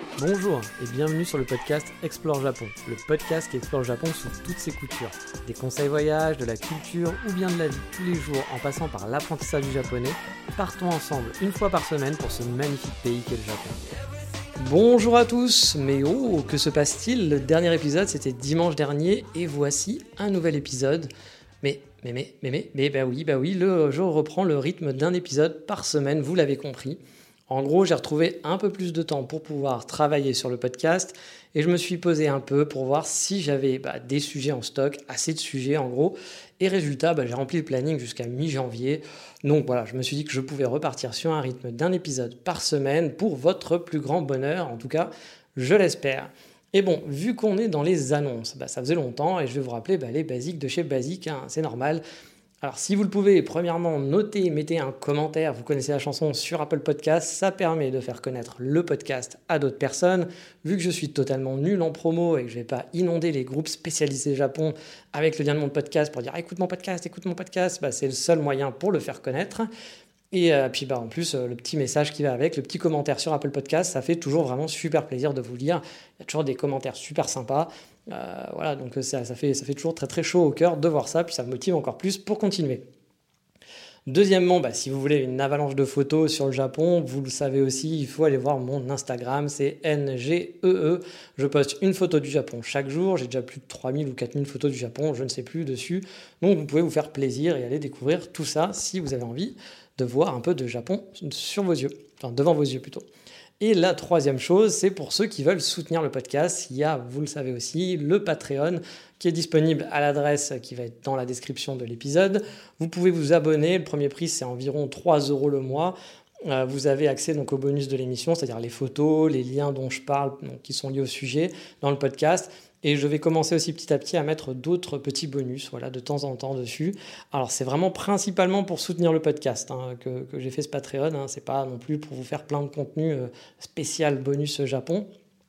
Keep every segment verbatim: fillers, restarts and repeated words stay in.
Bonjour et bienvenue sur le podcast Explore Japon, le podcast qui explore le Japon sous toutes ses coutures. Des conseils voyage, de la culture ou bien de la vie tous les jours en passant par l'apprentissage du japonais, partons ensemble une fois par semaine pour ce magnifique pays qu'est le Japon. Bonjour à tous, mais oh, que se passe-t-il? Le dernier épisode c'était dimanche dernier et voici un nouvel épisode. Mais, mais, mais, mais, mais, mais, bah oui, bah oui, le, je reprends le rythme d'un épisode par semaine, vous l'avez compris. En gros, j'ai retrouvé un peu plus de temps pour pouvoir travailler sur le podcast et je me suis posé un peu pour voir si j'avais bah, des sujets en stock, assez de sujets en gros. Et résultat, bah, j'ai rempli le planning jusqu'à mi-janvier. Donc voilà, je me suis dit que je pouvais repartir sur un rythme d'un épisode par semaine pour votre plus grand bonheur. En tout cas, je l'espère. Et bon, vu qu'on est dans les annonces, bah, ça faisait longtemps et je vais vous rappeler bah, les basiques de chez Basique, hein, c'est normal. Alors si vous le pouvez, premièrement, notez, mettez un commentaire, vous connaissez la chanson sur Apple Podcast, ça permet de faire connaître le podcast à d'autres personnes. Vu que je suis totalement nul en promo et que je ne vais pas inonder les groupes spécialisés Japon avec le lien de mon podcast pour dire ah, écoute mon podcast, écoute mon podcast, bah, c'est le seul moyen pour le faire connaître. Et euh, puis bah, en plus, euh, le petit message qui va avec, le petit commentaire sur Apple Podcast, ça fait toujours vraiment super plaisir de vous lire. Il y a toujours des commentaires super sympas. Euh, voilà, donc ça, ça, fait, ça fait toujours très très chaud au cœur de voir ça, puis ça me motive encore plus pour continuer. Deuxièmement, bah, si vous voulez une avalanche de photos sur le Japon, vous le savez aussi, il faut aller voir mon Instagram, c'est N G E E. Je poste une photo du Japon chaque jour, j'ai déjà plus de trois mille ou quatre mille photos du Japon, je ne sais plus dessus. Donc vous pouvez vous faire plaisir et aller découvrir tout ça si vous avez envie de voir un peu de Japon sur vos yeux, enfin devant vos yeux plutôt. Et la troisième chose, c'est pour ceux qui veulent soutenir le podcast, il y a, vous le savez aussi, le Patreon qui est disponible à l'adresse qui va être dans la description de l'épisode. Vous pouvez vous abonner, le premier prix c'est environ trois euros le mois. Euh, vous avez accès donc aux bonus de l'émission, c'est-à-dire les photos, les liens dont je parle, donc, qui sont liés au sujet dans le podcast. Et je vais commencer aussi petit à petit à mettre d'autres petits bonus voilà, de temps en temps dessus. Alors c'est vraiment principalement pour soutenir le podcast hein, que, que j'ai fait ce Patreon. Hein. C'est pas non plus pour vous faire plein de contenu euh, spécial bonus Japon.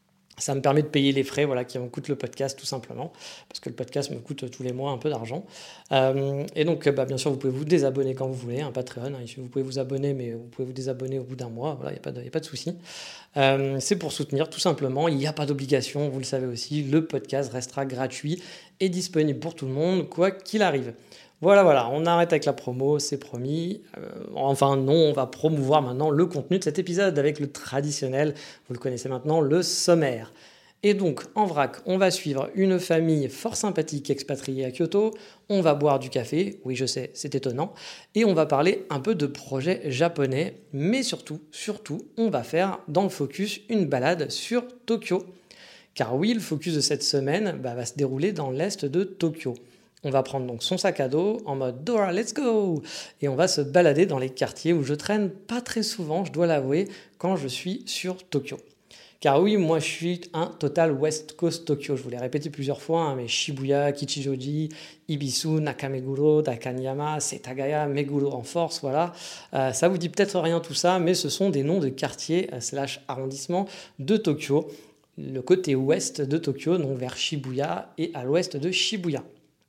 Ça me permet de payer les frais voilà, qui me coûtent le podcast tout simplement, parce que le podcast me coûte tous les mois un peu d'argent. Euh, et donc, bah, bien sûr, vous pouvez vous désabonner quand vous voulez, un hein, Patreon. Hein, vous pouvez vous abonner, mais vous pouvez vous désabonner au bout d'un mois. Voilà, il n'y a pas de, y a pas de souci. Euh, c'est pour soutenir tout simplement. Il n'y a pas d'obligation, vous le savez aussi. Le podcast restera gratuit et disponible pour tout le monde, quoi qu'il arrive. Voilà, voilà, on arrête avec la promo, c'est promis. Euh, enfin non, on va promouvoir maintenant le contenu de cet épisode avec le traditionnel, vous le connaissez maintenant, le sommaire. Et donc, en vrac, on va suivre une famille fort sympathique expatriée à Kyoto, on va boire du café, oui je sais, c'est étonnant, et on va parler un peu de projets japonais, mais surtout, surtout, on va faire dans le focus une balade sur Tokyo. Car oui, le focus de cette semaine bah, va se dérouler dans l'est de Tokyo. On va prendre donc son sac à dos en mode Dora, let's go! Et on va se balader dans les quartiers où je traîne pas très souvent, je dois l'avouer, quand je suis sur Tokyo. Car oui, moi je suis un total West Coast Tokyo, je vous l'ai répété plusieurs fois, hein, mais Shibuya, Kichijoji, Ibisu, Nakameguro, Daikanyama, Setagaya, Meguro en force, voilà. Euh, ça vous dit peut-être rien tout ça, mais ce sont des noms de quartiers euh, slash arrondissements de Tokyo, le côté ouest de Tokyo, donc vers Shibuya et à l'ouest de Shibuya.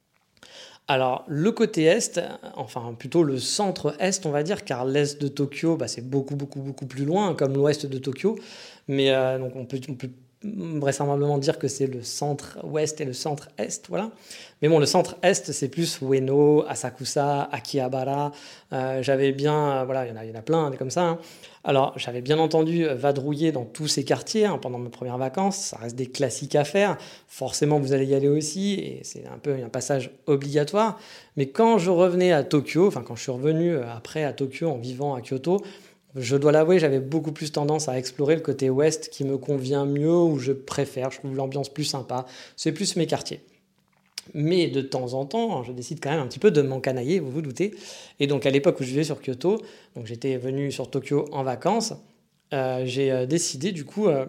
Alors, le côté est, enfin plutôt le centre-est, on va dire, car l'est de Tokyo, bah, c'est beaucoup, beaucoup, beaucoup plus loin, comme l'ouest de Tokyo. Mais euh, donc on peut, on peut vraisemblablement dire que c'est le centre-ouest et le centre-est, voilà. Mais bon, le centre-est, c'est plus Ueno, Asakusa, Akihabara. Euh, j'avais bien, euh, voilà, il y en a, il y en a plein, des comme ça. Hein. Alors, j'avais bien entendu vadrouiller dans tous ces quartiers hein, pendant mes premières vacances. Ça reste des classiques à faire. Forcément, vous allez y aller aussi, et c'est un peu un passage obligatoire. Mais quand je revenais à Tokyo, enfin quand je suis revenu après à Tokyo en vivant à Kyoto, je dois l'avouer, j'avais beaucoup plus tendance à explorer le côté ouest qui me convient mieux, ou je préfère, je trouve l'ambiance plus sympa. C'est plus mes quartiers. Mais de temps en temps, je décide quand même un petit peu de m'encanailler, vous vous doutez. Et donc à l'époque où je vivais sur Kyoto, donc j'étais venu sur Tokyo en vacances, euh, j'ai décidé du coup euh,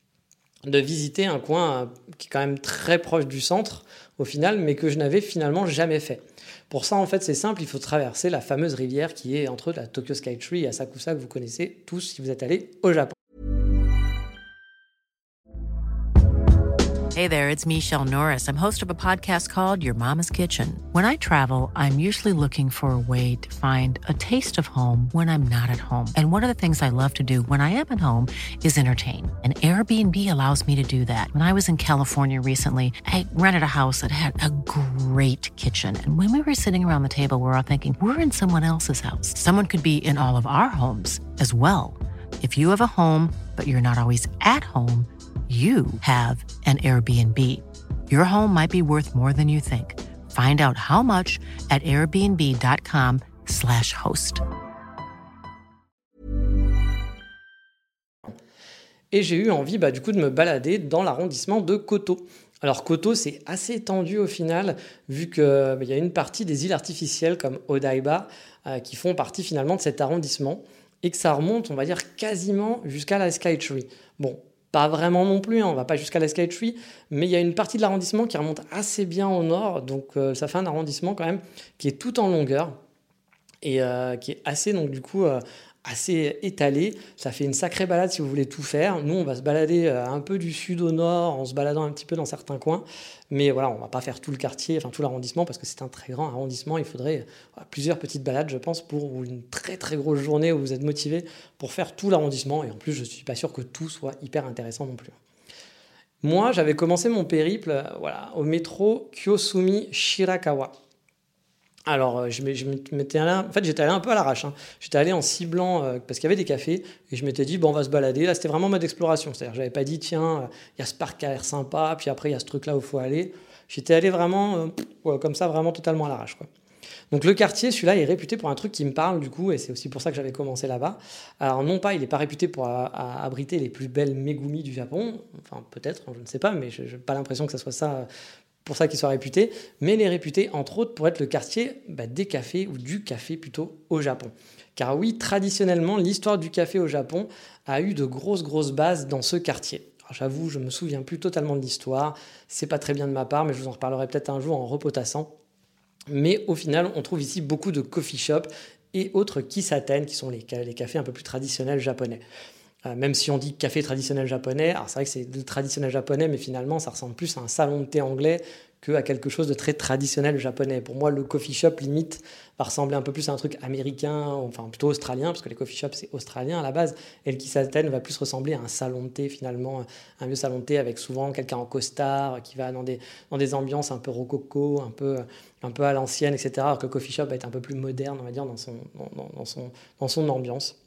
de visiter un coin euh, qui est quand même très proche du centre au final, mais que je n'avais finalement jamais fait. Pour ça, en fait, c'est simple, il faut traverser la fameuse rivière qui est entre la Tokyo Skytree et Asakusa que vous connaissez tous si vous êtes allés au Japon. Hey there, it's Michelle Norris. I'm host of a podcast called Your Mama's Kitchen. When I travel, I'm usually looking for a way to find a taste of home when I'm not at home. And one of the things I love to do when I am at home is entertain. And Airbnb allows me to do that. When I was in California recently, I rented a house that had a great kitchen. And when we were sitting around the table, we were all thinking, we're in someone else's house. Someone could be in all of our homes as well. If you have a home, but you're not always at home, you have an Airbnb. Your home might be worth more than you think. Find out how much at airbnb.com slash host. Et j'ai eu envie bah, du coup de me balader dans l'arrondissement de Koto. Alors Koto, c'est assez étendu au final, vu qu'il bah, y a une partie des îles artificielles comme Odaiba euh, qui font partie finalement de cet arrondissement et que ça remonte, on va dire, quasiment jusqu'à la Skytree. Bon, pas vraiment non plus, hein, on va pas jusqu'à la Skytree, mais il y a une partie de l'arrondissement qui remonte assez bien au nord, donc euh, ça fait un arrondissement quand même qui est tout en longueur et euh, qui est assez, donc du coup, euh, assez étalé. Ça fait une sacrée balade si vous voulez tout faire. Nous, on va se balader euh, un peu du sud au nord, en se baladant un petit peu dans certains coins, mais voilà, on va pas faire tout le quartier, enfin tout l'arrondissement, parce que c'est un très grand arrondissement. Il faudrait voilà, plusieurs petites balades, je pense, pour une très très grosse journée où vous êtes motivé pour faire tout l'arrondissement. Et en plus, je suis pas sûr que tout soit hyper intéressant non plus. Moi, j'avais commencé mon périple euh, voilà, au métro Kyosumi Shirakawa. Alors, je m'étais allé, en fait, j'étais allé un peu à l'arrache. Hein. J'étais allé en ciblant, euh, parce qu'il y avait des cafés, et je m'étais dit, bon, on va se balader. Là, c'était vraiment mode exploration. C'est-à-dire, je n'avais pas dit, tiens, il y a ce parc qui a l'air sympa, puis après, il y a ce truc-là où il faut aller. J'étais allé vraiment, euh, pff, ouais, comme ça, vraiment totalement à l'arrache, quoi. Donc, le quartier, celui-là, est réputé pour un truc qui me parle, du coup, et c'est aussi pour ça que j'avais commencé là-bas. Alors, non pas, il n'est pas réputé pour a, a, abriter les plus belles Megumi du Japon. Enfin, peut-être, je ne sais pas, mais je n'ai pas l'impression que ça soit ça... pour ça qu'il soit réputé, mais il est réputé entre autres pour être le quartier bah, des cafés, ou du café plutôt, au Japon. Car oui, traditionnellement, l'histoire du café au Japon a eu de grosses, grosses bases dans ce quartier. Alors, j'avoue, je ne me souviens plus totalement de l'histoire, c'est pas très bien de ma part, mais je vous en reparlerai peut-être un jour en repotassant. Mais au final, on trouve ici beaucoup de coffee shops et autres kisaten, qui sont les, les cafés un peu plus traditionnels japonais. Euh, même si on dit café traditionnel japonais, alors c'est vrai que c'est le traditionnel japonais, mais finalement ça ressemble plus à un salon de thé anglais qu'à quelque chose de très traditionnel japonais. Pour moi, le coffee shop, limite, va ressembler un peu plus à un truc américain, enfin plutôt australien, parce que les coffee shops, c'est australien à la base, et le kisaten va plus ressembler à un salon de thé, finalement, un vieux salon de thé avec souvent quelqu'un en costard, qui va dans des, dans des ambiances un peu rococo, un peu, un peu à l'ancienne, et cetera, alors que le coffee shop va être un peu plus moderne, on va dire, dans son, dans, dans son, dans son ambiance.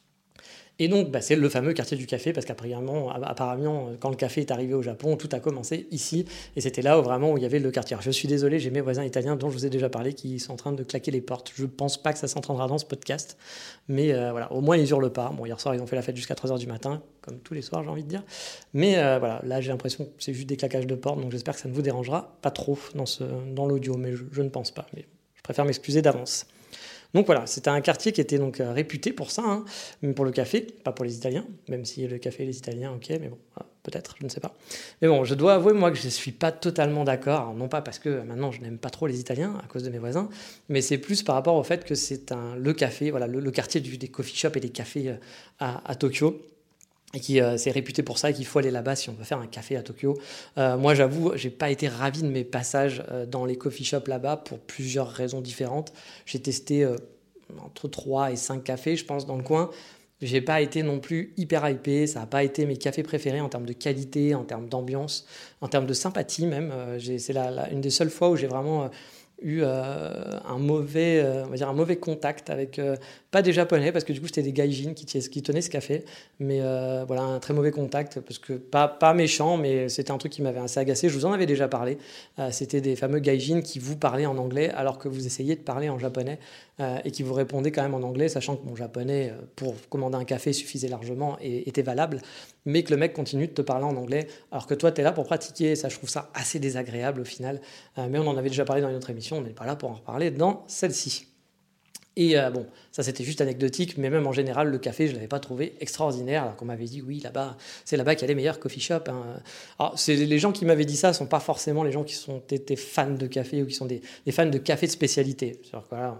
Et donc, bah, c'est le fameux quartier du café, parce qu'apparemment, apparemment, quand le café est arrivé au Japon, tout a commencé ici, et c'était là où vraiment où il y avait le quartier. Alors, je suis désolé, j'ai mes voisins italiens dont je vous ai déjà parlé, qui sont en train de claquer les portes. Je ne pense pas que ça s'entendra dans ce podcast, mais euh, voilà, au moins ils hurlent pas. Bon, hier soir, ils ont fait la fête jusqu'à trois heures du matin, comme tous les soirs, j'ai envie de dire. Mais euh, voilà, là, j'ai l'impression que c'est juste des claquages de portes, donc j'espère que ça ne vous dérangera pas trop dans, ce, dans l'audio, mais je, je ne pense pas. Mais je préfère m'excuser d'avance. Donc voilà, c'était un quartier qui était donc euh, réputé pour ça, hein, même pour le café, pas pour les Italiens, même si le café et les Italiens, ok, mais bon, euh, peut-être, je ne sais pas. Mais bon, je dois avouer, moi, que je ne suis pas totalement d'accord, alors, non pas parce que maintenant je n'aime pas trop les Italiens à cause de mes voisins, mais c'est plus par rapport au fait que c'est un, le café, voilà, le, le quartier du, des coffee shops et des cafés euh, à, à Tokyo, et qui euh, c'est réputé pour ça et qu'il faut aller là-bas si on veut faire un café à Tokyo. Euh, moi, j'avoue, j'ai pas été ravi de mes passages euh, dans les coffee shops là-bas pour plusieurs raisons différentes. J'ai testé euh, entre trois et cinq cafés, je pense, dans le coin. J'ai pas été non plus hyper hypé, ça n'a pas été mes cafés préférés en termes de qualité, en termes d'ambiance, en termes de sympathie même. Euh, j'ai, c'est la, la, une des seules fois où j'ai vraiment... Euh, eu euh, un mauvais euh, on va dire un mauvais contact avec euh, pas des japonais parce que du coup c'était des gaijins qui, qui tenaient ce café, mais euh, voilà, un très mauvais contact parce que pas pas méchant, mais c'était un truc qui m'avait assez agacé. Je vous en avais déjà parlé. Euh, c'était des fameux gaijins qui vous parlaient en anglais alors que vous essayiez de parler en japonais euh, et qui vous répondaient quand même en anglais, sachant que mon japonais pour commander un café suffisait largement et était valable, mais que le mec continue de te parler en anglais alors que toi tu es là pour pratiquer. Ça, je trouve ça assez désagréable au final, euh, mais on en avait déjà parlé dans une autre émission, on n'est pas là pour en reparler dans celle-ci. Et euh, bon, ça c'était juste anecdotique, mais même en général, le café, je ne l'avais pas trouvé extraordinaire, alors qu'on m'avait dit, oui, là-bas, c'est là-bas qu'il y a les meilleurs coffee shops. Hein. Alors, c'est, les gens qui m'avaient dit ça ne sont pas forcément les gens qui sont des, des fans de café ou qui sont des, des fans de café de spécialité. C'est-à-dire que, voilà,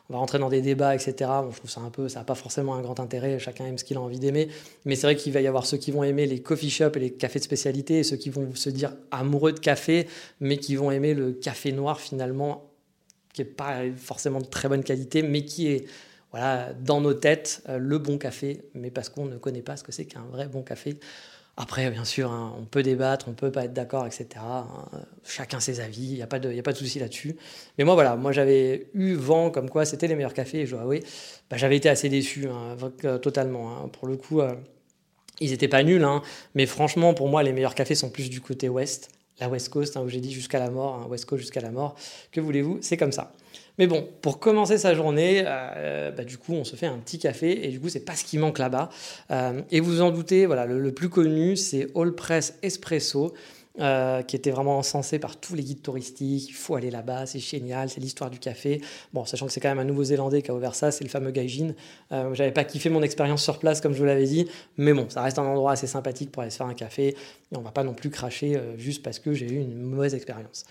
on va rentrer dans des débats, et cetera. Bon, je trouve ça un peu, ça n'a pas forcément un grand intérêt, chacun aime ce qu'il a envie d'aimer, mais c'est vrai qu'il va y avoir ceux qui vont aimer les coffee shops et les cafés de spécialité, et ceux qui vont se dire amoureux de café, mais qui vont aimer le café noir finalement, qui n'est pas forcément de très bonne qualité, mais qui est voilà, dans nos têtes, euh, le bon café, mais parce qu'on ne connaît pas ce que c'est qu'un vrai bon café. Après, bien sûr, hein, on peut débattre, on peut pas être d'accord, et cetera. Hein, chacun ses avis, il n'y a pas de, y a pas de souci là-dessus. Mais moi, voilà, moi j'avais eu vent comme quoi c'était les meilleurs cafés, et je dois avouer, bah, j'avais été assez déçu, hein, euh, totalement. Hein. Pour le coup, euh, ils n'étaient pas nuls, hein, mais franchement, pour moi, les meilleurs cafés sont plus du côté ouest, la West Coast, hein, où j'ai dit jusqu'à la mort, hein, West Coast jusqu'à la mort. Que voulez-vous, c'est comme ça. Mais bon, pour commencer sa journée, euh, bah, du coup, on se fait un petit café et du coup, c'est pas ce qui manque là-bas. Euh, et vous en doutez, voilà, le, le plus connu, c'est All Press Espresso, euh, qui était vraiment encensé par tous les guides touristiques. Il faut aller là-bas, c'est génial, c'est l'histoire du café. Bon, sachant que c'est quand même un Nouveau-Zélandais qui a ouvert ça, c'est le fameux Gaijin. Euh, j'avais pas kiffé mon expérience sur place, comme je vous l'avais dit, mais bon, ça reste un endroit assez sympathique pour aller se faire un café. Et on va pas non plus cracher euh, juste parce que j'ai eu une mauvaise expérience.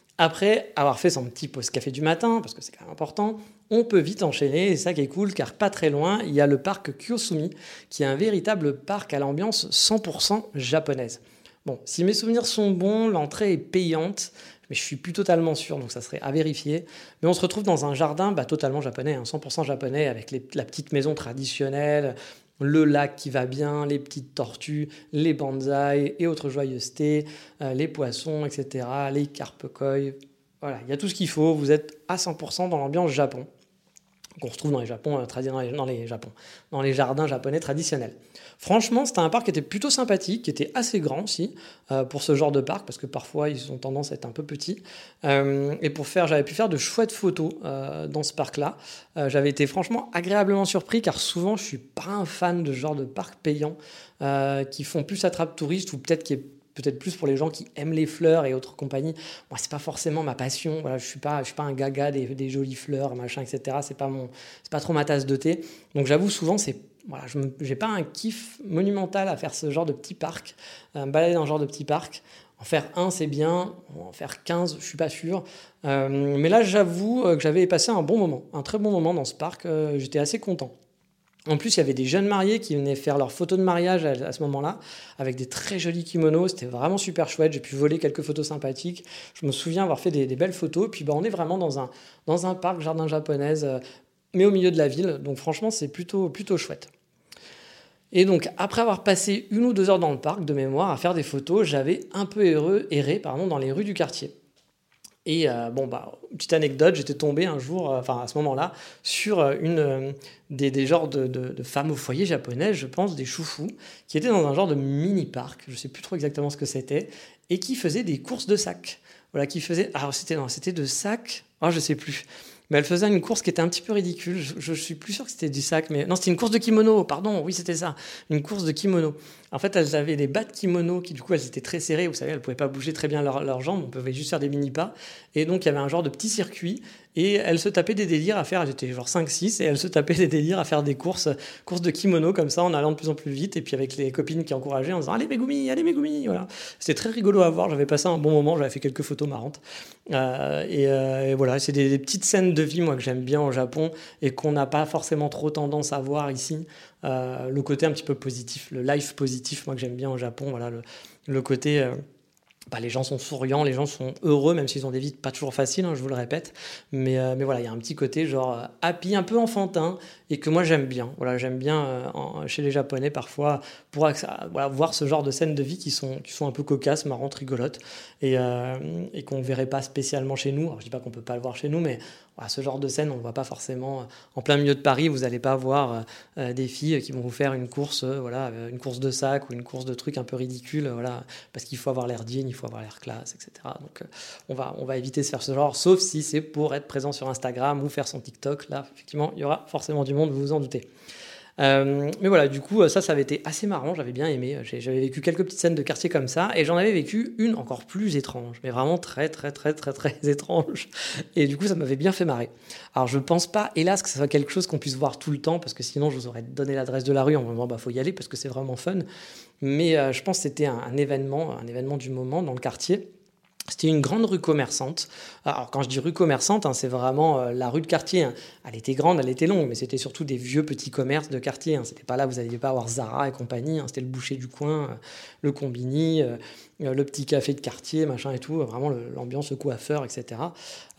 Après avoir fait son petit pause café du matin, parce que c'est quand même important, on peut vite enchaîner, et c'est ça qui est cool, car pas très loin, il y a le parc Kyōsumi, qui est un véritable parc à l'ambiance cent pour cent japonaise. Bon, si mes souvenirs sont bons, l'entrée est payante, mais je suis plus totalement sûr, donc ça serait à vérifier. Mais on se retrouve dans un jardin bah, totalement japonais, hein, cent pour cent japonais, avec les, la petite maison traditionnelle, le lac qui va bien, les petites tortues, les bonsaïs et autres joyeusetés, euh, les poissons, et cetera, les carpe koi. Voilà, il y a tout ce qu'il faut. Vous êtes à cent pour cent dans l'ambiance Japon, qu'on retrouve dans les, Japon, euh, tradi- dans, les, dans, les Japon, dans les jardins japonais traditionnels. Franchement, c'était un parc qui était plutôt sympathique, qui était assez grand aussi, euh, pour ce genre de parc, parce que parfois, ils ont tendance à être un peu petits. Euh, et pour faire, j'avais pu faire de chouettes photos euh, dans ce parc-là. Euh, j'avais été franchement agréablement surpris, car souvent, je ne suis pas un fan de ce genre de parc payant, euh, qui font plus attrape-touristes, ou peut-être qui est peut-être plus pour les gens qui aiment les fleurs et autres compagnies. Moi, c'est pas forcément ma passion. Voilà, je suis pas, je suis pas un gaga des, des jolies fleurs, machin, et cetera. C'est pas mon, c'est pas trop ma tasse de thé. Donc, j'avoue, souvent, c'est voilà, je n'ai pas un kiff monumental à faire ce genre de petit parc, euh, me balader dans ce genre de petit parc. En faire un, c'est bien. En faire quinze, je suis pas sûr. Euh, mais là, j'avoue que j'avais passé un bon moment, un très bon moment dans ce parc. Euh, j'étais assez content. En plus, il y avait des jeunes mariés qui venaient faire leurs photos de mariage à, à ce moment-là, avec des très jolis kimonos. C'était vraiment super chouette. J'ai pu voler quelques photos sympathiques. Je me souviens avoir fait des, des belles photos. Puis bah, on est vraiment dans un, dans un parc jardin japonaise, euh, mais au milieu de la ville. Donc franchement, c'est plutôt, plutôt chouette. Et donc, après avoir passé une ou deux heures dans le parc, de mémoire, à faire des photos, j'avais un peu erré, erré pardon, dans les rues du quartier. Et euh, bon, bah, petite anecdote, j'étais tombé un jour, enfin euh, à ce moment-là, sur une, euh, des, des genres de, de, de femmes au foyer japonaises, je pense, des choufous, qui étaient dans un genre de mini-parc, je ne sais plus trop exactement ce que c'était, et qui faisaient des courses de sacs. Voilà, qui faisaient... Alors, c'était, non, c'était de sacs, oh, je ne sais plus. Mais elle faisait une course qui était un petit peu ridicule. Je, ne suis plus sûr que c'était du sac, mais non, c'était une course de kimono, pardon, oui, c'était ça, une course de kimono. En fait, elles avaient des bas de kimono qui, du coup, elles étaient très serrées. Vous savez, elles ne pouvaient pas bouger très bien leurs leur jambes, on pouvait juste faire des mini-pas. Et donc, il y avait un genre de petit circuit, et elles se tapaient des délires à faire, j'étais genre cinq six, et elles se tapaient des délires à faire des courses, courses de kimono comme ça, en allant de plus en plus vite, et puis avec les copines qui encourageaient, en disant « Allez, Megumi, allez, Megumi !» Voilà. C'était très rigolo à voir, j'avais passé un bon moment, j'avais fait quelques photos marrantes. Euh, et, euh, et voilà, c'est des, des petites scènes de vie, moi, que j'aime bien au Japon, et qu'on n'a pas forcément trop tendance à voir ici. Euh, le côté un petit peu positif, le life positif, moi, que j'aime bien au Japon, voilà, le, le côté... Euh, Bah, les gens sont souriants, les gens sont heureux, même s'ils ont des vies pas toujours faciles, hein, je vous le répète. Mais, euh, mais voilà, il y a un petit côté genre euh, happy, un peu enfantin, et que moi j'aime bien. Voilà, j'aime bien euh, en, chez les Japonais parfois pour euh, voilà, voir ce genre de scènes de vie qui sont, qui sont un peu cocasses, marrantes, rigolotes, et, euh, et qu'on ne verrait pas spécialement chez nous. Alors je dis pas qu'on peut pas le voir chez nous, mais voilà, ce genre de scène, on ne voit pas forcément. En plein milieu de Paris, vous n'allez pas voir euh, des filles qui vont vous faire une course, euh, voilà, une course de sac ou une course de trucs un peu ridicules, voilà, parce qu'il faut avoir l'air digne, il faut avoir l'air classe, et cetera. Donc, euh, on, va, on va éviter de faire ce genre, sauf si c'est pour être présent sur Instagram ou faire son TikTok. Là, effectivement, il y aura forcément du monde, vous vous en doutez. Euh, mais voilà, du coup, ça, ça avait été assez marrant, j'avais bien aimé. J'ai, j'avais vécu quelques petites scènes de quartier comme ça, et j'en avais vécu une encore plus étrange, mais vraiment très, très, très, très, très étrange. Et du coup, ça m'avait bien fait marrer. Alors, je pense pas, hélas, que ce soit quelque chose qu'on puisse voir tout le temps, parce que sinon, je vous aurais donné l'adresse de la rue en me disant, bah, faut y aller, parce que c'est vraiment fun. Mais euh, je pense que c'était un, un événement, un événement du moment dans le quartier. C'était une grande rue commerçante. Alors quand je dis rue commerçante, hein, c'est vraiment euh, la rue de quartier. Hein. Elle était grande, elle était longue, mais c'était surtout des vieux petits commerces de quartier. Hein. C'était pas là, vous n'alliez pas avoir Zara et compagnie. Hein. C'était le boucher du coin, euh, le combini, euh, le petit café de quartier, machin et tout. Vraiment le, l'ambiance coiffeur, et cetera.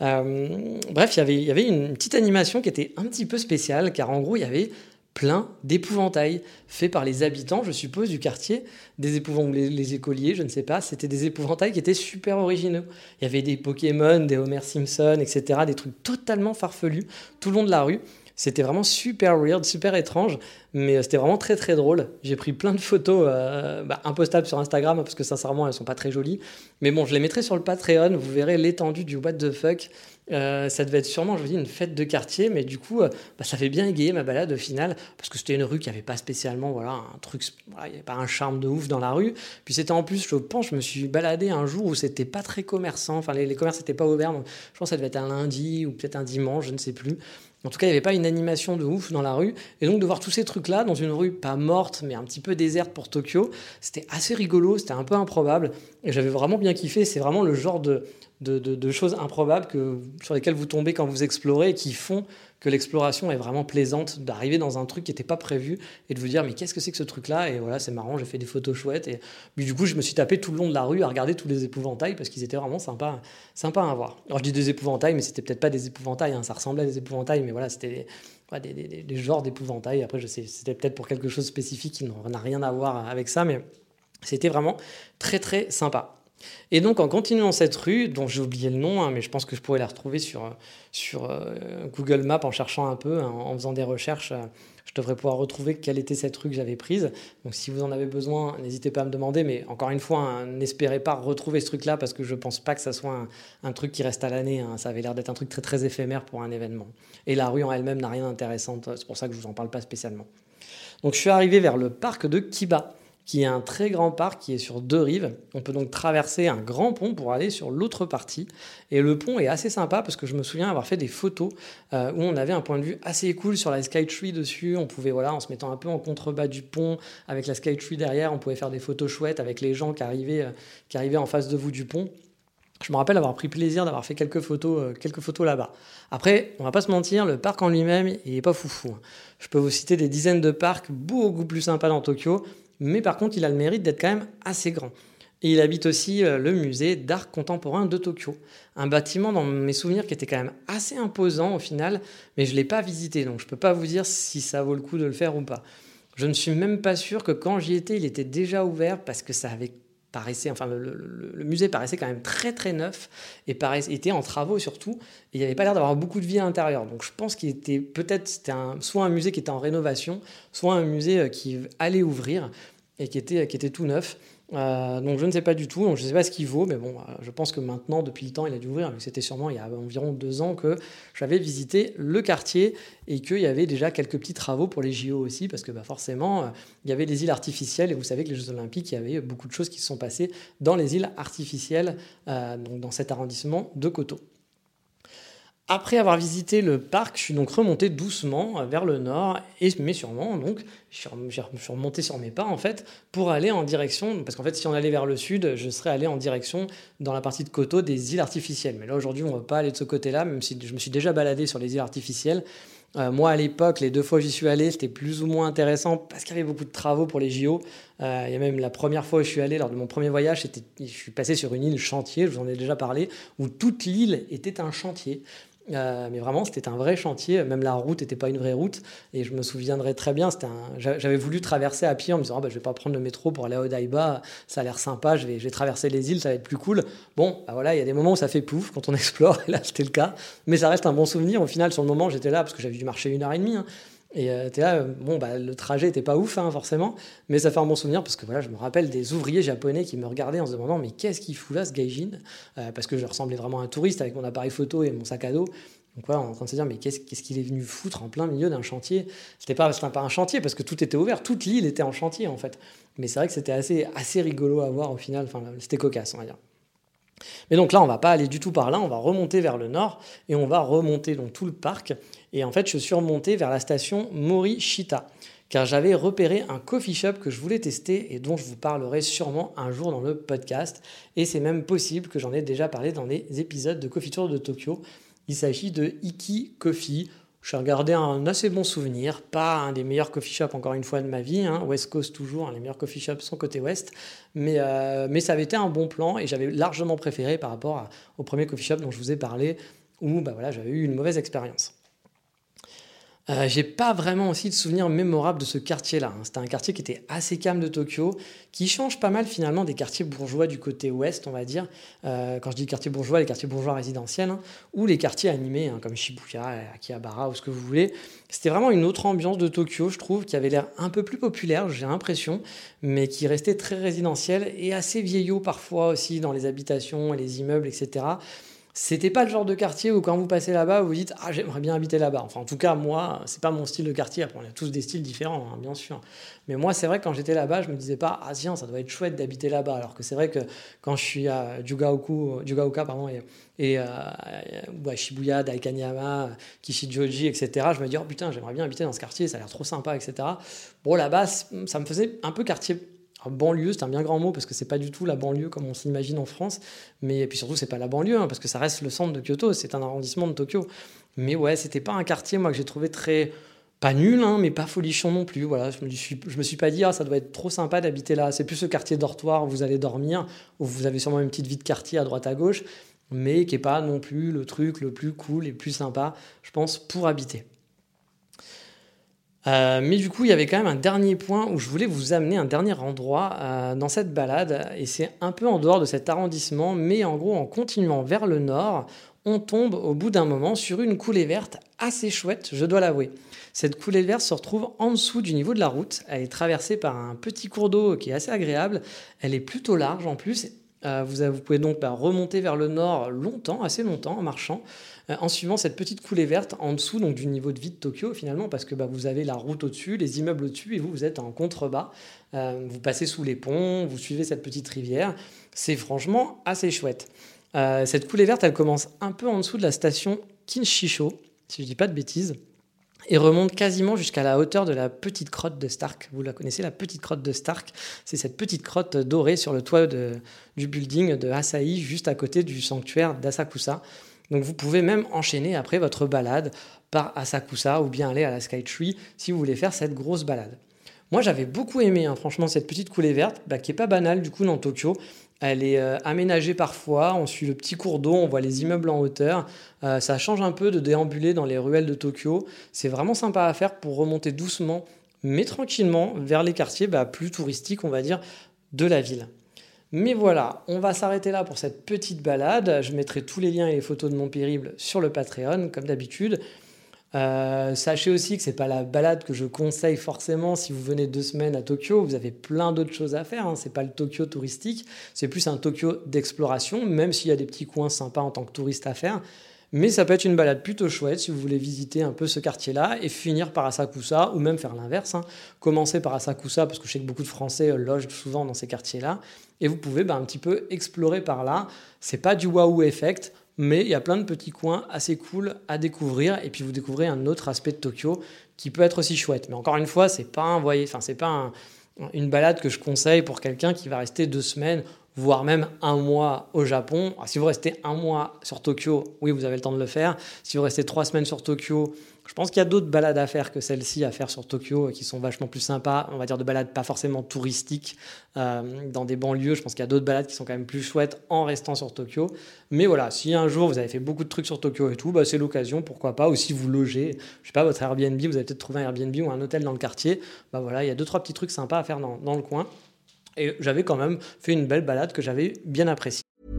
Euh, bref, y avait, il y avait une petite animation qui était un petit peu spéciale, car en gros, il y avait plein d'épouvantails faits par les habitants, je suppose, du quartier, des épouvantails, les, les écoliers, je ne sais pas, c'était des épouvantails qui étaient super originaux. Il y avait des Pokémon, des Homer Simpson, et cetera, des trucs totalement farfelus tout le long de la rue. C'était vraiment super weird, super étrange, mais c'était vraiment très très drôle. J'ai pris plein de photos euh, bah, impostables sur Instagram, parce que sincèrement, elles sont pas très jolies. Mais bon, je les mettrai sur le Patreon, vous verrez l'étendue du what the fuck. Euh, ça devait être sûrement, je vous dis, une fête de quartier, mais du coup, euh, bah, ça fait bien égayer ma balade au final, parce que c'était une rue qui n'avait pas spécialement, voilà, un truc, voilà, il n'y avait pas un charme de ouf dans la rue. Puis c'était en plus, je pense, je me suis baladé un jour où c'était pas très commerçant, enfin les, les commerces n'étaient pas ouverts, donc je pense que ça devait être un lundi ou peut-être un dimanche, je ne sais plus. En tout cas, il n'y avait pas une animation de ouf dans la rue. Et donc, de voir tous ces trucs-là dans une rue pas morte, mais un petit peu déserte pour Tokyo, c'était assez rigolo, c'était un peu improbable. Et j'avais vraiment bien kiffé. C'est vraiment le genre de, de, de, de choses improbables que, sur lesquelles vous tombez quand vous explorez et qui font que l'exploration est vraiment plaisante, d'arriver dans un truc qui n'était pas prévu et de vous dire mais qu'est-ce que c'est que ce truc-là? Et voilà, c'est marrant, j'ai fait des photos chouettes. Et puis, du coup, je me suis tapé tout le long de la rue à regarder tous les épouvantails parce qu'ils étaient vraiment sympas, sympas à voir. Alors, je dis des épouvantails, mais c'était peut-être pas des épouvantails, hein, ça ressemblait à des épouvantails, mais voilà, c'était des, des, des, des, des genres d'épouvantails. Après, je sais, c'était peut-être pour quelque chose de spécifique qui n'a rien à voir avec ça, mais c'était vraiment très très sympa. Et donc en continuant cette rue, dont j'ai oublié le nom, hein, mais je pense que je pourrais la retrouver sur, sur euh, Google Maps en cherchant un peu, hein, en faisant des recherches, euh, je devrais pouvoir retrouver quelle était cette rue que j'avais prise. Donc si vous en avez besoin, n'hésitez pas à me demander, mais encore une fois, hein, n'espérez pas retrouver ce truc-là parce que je pense pas que ça soit un, un truc qui reste à l'année, hein. Ça avait l'air d'être un truc très très éphémère pour un événement. Et la rue en elle-même n'a rien d'intéressant, c'est pour ça que je vous en parle pas spécialement. Donc je suis arrivé vers le parc de Kiba, qui est un très grand parc qui est sur deux rives. On peut donc traverser un grand pont pour aller sur l'autre partie. Et le pont est assez sympa parce que je me souviens avoir fait des photos euh, où on avait un point de vue assez cool sur la Skytree dessus. On pouvait, voilà, en se mettant un peu en contrebas du pont avec la Skytree derrière, on pouvait faire des photos chouettes avec les gens qui arrivaient, euh, qui arrivaient en face de vous du pont. Je me rappelle avoir pris plaisir d'avoir fait quelques photos, euh, quelques photos là-bas. Après, on va pas se mentir, le parc en lui-même, il est pas foufou. Je peux vous citer des dizaines de parcs beaucoup plus sympas dans Tokyo, mais par contre, il a le mérite d'être quand même assez grand. Et il habite aussi euh, le musée d'art contemporain de Tokyo. Un bâtiment, dans mes souvenirs, qui était quand même assez imposant au final, mais je ne l'ai pas visité, donc je ne peux pas vous dire si ça vaut le coup de le faire ou pas. Je ne suis même pas sûr que quand j'y étais, il était déjà ouvert, parce que ça avait paraissait, enfin le, le, le musée paraissait quand même très très neuf et paraissait, était en travaux surtout, et il n'y avait pas l'air d'avoir beaucoup de vie à l'intérieur. Donc je pense qu'il était peut-être c'était un, soit un musée qui était en rénovation, soit un musée qui allait ouvrir et qui était, qui était tout neuf. Euh, donc je ne sais pas du tout, donc je ne sais pas ce qu'il vaut, mais bon, euh, je pense que maintenant, depuis le temps, il a dû ouvrir, mais c'était sûrement il y a environ deux ans que j'avais visité le quartier et qu'il y avait déjà quelques petits travaux pour les J O aussi, parce que bah, forcément, euh, il y avait les îles artificielles, et vous savez que les Jeux Olympiques, il y avait beaucoup de choses qui se sont passées dans les îles artificielles, euh, donc dans cet arrondissement de Koto. Après avoir visité le parc, je suis donc remonté doucement vers le nord, et, mais sûrement, donc, je suis remonté sur mes pas, en fait, pour aller en direction, parce qu'en fait, si on allait vers le sud, je serais allé en direction, dans la partie de Koto, des îles artificielles. Mais là, aujourd'hui, on ne va pas aller de ce côté-là, même si je me suis déjà baladé sur les îles artificielles. Euh, moi, à l'époque, les deux fois où j'y suis allé, c'était plus ou moins intéressant, parce qu'il y avait beaucoup de travaux pour les J O. Euh, il y a même la première fois où je suis allé, lors de mon premier voyage, c'était, je suis passé sur une île chantier, je vous en ai déjà parlé, où toute l'île était un chantier. Euh, mais vraiment c'était un vrai chantier, même la route n'était pas une vraie route, et je me souviendrai très bien, c'était un... j'avais voulu traverser à pied en me disant ah, bah, je vais pas prendre le métro pour aller à Odaiba, ça a l'air sympa, je vais, je vais traverser les îles, ça va être plus cool. Bon, bah voilà, il y a des moments où ça fait pouf quand on explore, et là c'était le cas, mais ça reste un bon souvenir. Au final, sur le moment, j'étais là parce que j'avais dû marcher une heure et demie, hein. Et euh, t'es là, euh, bon, bah, le trajet était pas ouf, hein, forcément, mais ça fait un bon souvenir parce que voilà, je me rappelle des ouvriers japonais qui me regardaient en se demandant mais qu'est-ce qu'il fout là, ce gaijin, euh, parce que je ressemblais vraiment à un touriste avec mon appareil photo et mon sac à dos. Donc voilà, on est en train de se dire mais qu'est-ce, qu'est-ce qu'il est venu foutre en plein milieu d'un chantier. C'était pas, c'était pas un chantier parce que tout était ouvert, toute l'île était en chantier en fait. Mais c'est vrai que c'était assez, assez rigolo à voir au final, enfin, c'était cocasse, on va dire. Mais donc là, on ne va pas aller du tout par là, on va remonter vers le nord et on va remonter donc tout le parc. Et en fait, je suis remonté vers la station Morishita, car j'avais repéré un coffee shop que je voulais tester et dont je vous parlerai sûrement un jour dans le podcast. Et c'est même possible que j'en ai déjà parlé dans les épisodes de Coffee Tour de Tokyo. Il s'agit de Iki Coffee. Je suis gardé un assez bon souvenir, pas un des meilleurs coffee shops encore une fois de ma vie, hein, West Coast toujours, hein, les meilleurs coffee shops sont côté ouest, mais, euh, mais ça avait été un bon plan et j'avais largement préféré par rapport à, au premier coffee shop dont je vous ai parlé, où bah voilà, j'avais eu une mauvaise expérience. Euh, j'ai pas vraiment aussi de souvenirs mémorables de ce quartier-là. Hein. C'était un quartier qui était assez calme de Tokyo, qui change pas mal finalement des quartiers bourgeois du côté ouest, on va dire. Euh, quand je dis quartier bourgeois, les quartiers bourgeois résidentiels, hein, ou les quartiers animés, hein, comme Shibuya, Akihabara, ou ce que vous voulez. C'était vraiment une autre ambiance de Tokyo, je trouve, qui avait l'air un peu plus populaire, j'ai l'impression, mais qui restait très résidentiel et assez vieillot parfois aussi dans les habitations et les immeubles, et cetera. C'était pas le genre de quartier où quand vous passez là-bas, vous vous dites « Ah, j'aimerais bien habiter là-bas ». Enfin, en tout cas, moi, c'est pas mon style de quartier. Après, on a tous des styles différents, hein, bien sûr. Mais moi, c'est vrai que quand j'étais là-bas, je me disais pas « Ah, tiens, ça doit être chouette d'habiter là-bas ». Alors que c'est vrai que quand je suis à Jugaoku, Jugaoka pardon, et, et euh, ou à Shibuya, Daikaniyama, Kishijoji, et cetera, je me dis « Oh putain, j'aimerais bien habiter dans ce quartier, ça a l'air trop sympa, et cetera » Bon, là-bas, ça me faisait un peu quartier... banlieue, c'est un bien grand mot parce que c'est pas du tout la banlieue comme on s'imagine en France, mais et puis surtout c'est pas la banlieue hein, parce que ça reste le centre de Kyoto, c'est un arrondissement de Tokyo. Mais ouais, c'était pas un quartier moi que j'ai trouvé très pas nul hein, mais pas folichon non plus. Voilà, je me suis je me suis pas dit ah ça doit être trop sympa d'habiter là. C'est plus ce quartier dortoir où vous allez dormir, où vous avez sûrement une petite vie de quartier à droite à gauche, mais qui est pas non plus le truc le plus cool et le plus sympa, je pense, pour habiter. Euh, mais du coup, il y avait quand même un dernier point où je voulais vous amener, un dernier endroit euh, dans cette balade, et c'est un peu en dehors de cet arrondissement, mais en gros, en continuant vers le nord, on tombe au bout d'un moment sur une coulée verte assez chouette, je dois l'avouer. Cette coulée verte se retrouve en dessous du niveau de la route, elle est traversée par un petit cours d'eau qui est assez agréable, elle est plutôt large en plus. Euh, vous, avez, vous pouvez donc bah, remonter vers le nord longtemps, assez longtemps en marchant, euh, en suivant cette petite coulée verte en dessous donc, du niveau de vie de Tokyo finalement, parce que bah, vous avez la route au-dessus, les immeubles au-dessus, et vous, vous êtes en contrebas. Euh, vous passez sous les ponts, vous suivez cette petite rivière. C'est franchement assez chouette. Euh, cette coulée verte, elle commence un peu en dessous de la station Kinshisho, si je ne dis pas de bêtises, et remonte quasiment jusqu'à la hauteur de la petite crotte de Stark. Vous la connaissez, la petite crotte de Stark. C'est cette petite crotte dorée sur le toit de, du building de Asahi, juste à côté du sanctuaire d'Asakusa. Donc vous pouvez même enchaîner après votre balade par Asakusa ou bien aller à la Skytree si vous voulez faire cette grosse balade. Moi, j'avais beaucoup aimé, hein, franchement, cette petite coulée verte, bah, qui n'est pas banale du coup dans Tokyo. Elle est euh, aménagée parfois, on suit le petit cours d'eau, on voit les immeubles en hauteur. Euh, ça change un peu de déambuler dans les ruelles de Tokyo. C'est vraiment sympa à faire pour remonter doucement, mais tranquillement, vers les quartiers bah, plus touristiques, on va dire, de la ville. Mais voilà, on va s'arrêter là pour cette petite balade. Je mettrai tous les liens et les photos de mon périple sur le Patreon, comme d'habitude. Euh, sachez aussi que c'est pas la balade que je conseille forcément si vous venez deux semaines à Tokyo. Vous avez plein d'autres choses à faire, hein. C'est pas le Tokyo touristique, c'est plus un Tokyo d'exploration, même s'il y a des petits coins sympas en tant que touriste à faire. Mais ça peut être une balade plutôt chouette si vous voulez visiter un peu ce quartier-là et finir par Asakusa, ou même faire l'inverse, hein. Commencer par Asakusa, parce que je sais que beaucoup de Français logent souvent dans ces quartiers-là, et vous pouvez bah, un petit peu explorer par là. C'est pas du waouh effect, mais il y a plein de petits coins assez cool à découvrir, et puis vous découvrez un autre aspect de Tokyo qui peut être aussi chouette. Mais encore une fois, c'est pas un, voyez, enfin c'est pas un, une balade que je conseille pour quelqu'un qui va rester deux semaines, voire même un mois au Japon. Alors, si vous restez un mois sur Tokyo, oui, vous avez le temps de le faire. Si vous restez trois semaines sur Tokyo, je pense qu'il y a d'autres balades à faire que celle-ci à faire sur Tokyo qui sont vachement plus sympas. On va dire de balades pas forcément touristiques euh, dans des banlieues. Je pense qu'il y a d'autres balades qui sont quand même plus chouettes en restant sur Tokyo. Mais voilà, si un jour vous avez fait beaucoup de trucs sur Tokyo et tout, bah, c'est l'occasion, pourquoi pas. Ou si vous logez, je sais pas, votre Airbnb, vous avez peut-être trouvé un Airbnb ou un hôtel dans le quartier. Bah voilà, il y a deux, trois petits trucs sympas à faire dans, dans le coin. Et j'avais quand même fait une belle balade que j'avais bien appréciée.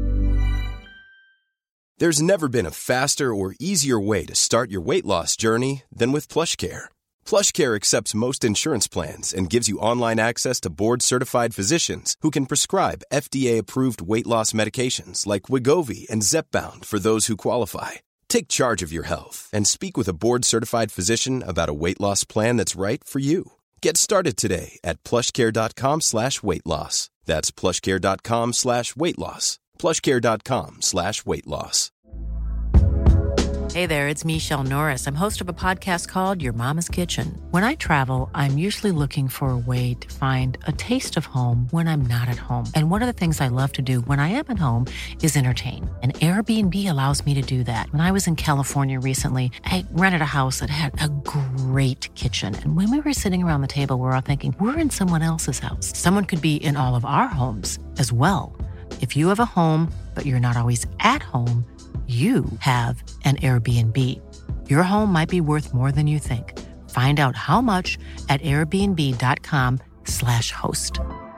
There's never been a faster or easier way to start your weight loss journey than with PlushCare. PlushCare accepts most insurance plans and gives you online access to board-certified physicians who can prescribe F D A-approved weight loss medications like Wegovy and Zepbound for those who qualify. Take charge of your health and speak with a board-certified physician about a weight loss plan that's right for you. Get started today at plushcare.com slash weight loss. That's plushcare.com slash weight loss. plushcare.com slash weight loss. Hey there, it's Michelle Norris. I'm host of a podcast called Your Mama's Kitchen. When I travel, I'm usually looking for a way to find a taste of home when I'm not at home. And one of the things I love to do when I am at home is entertain. And Airbnb allows me to do that. When I was in California recently, I rented a house that had a great kitchen. And when we were sitting around the table, we were all thinking, we're in someone else's house. Someone could be in all of our homes as well. If you have a home, but you're not always at home, you have an Airbnb. Your home might be worth more than you think. Find out how much at airbnb.com slash host.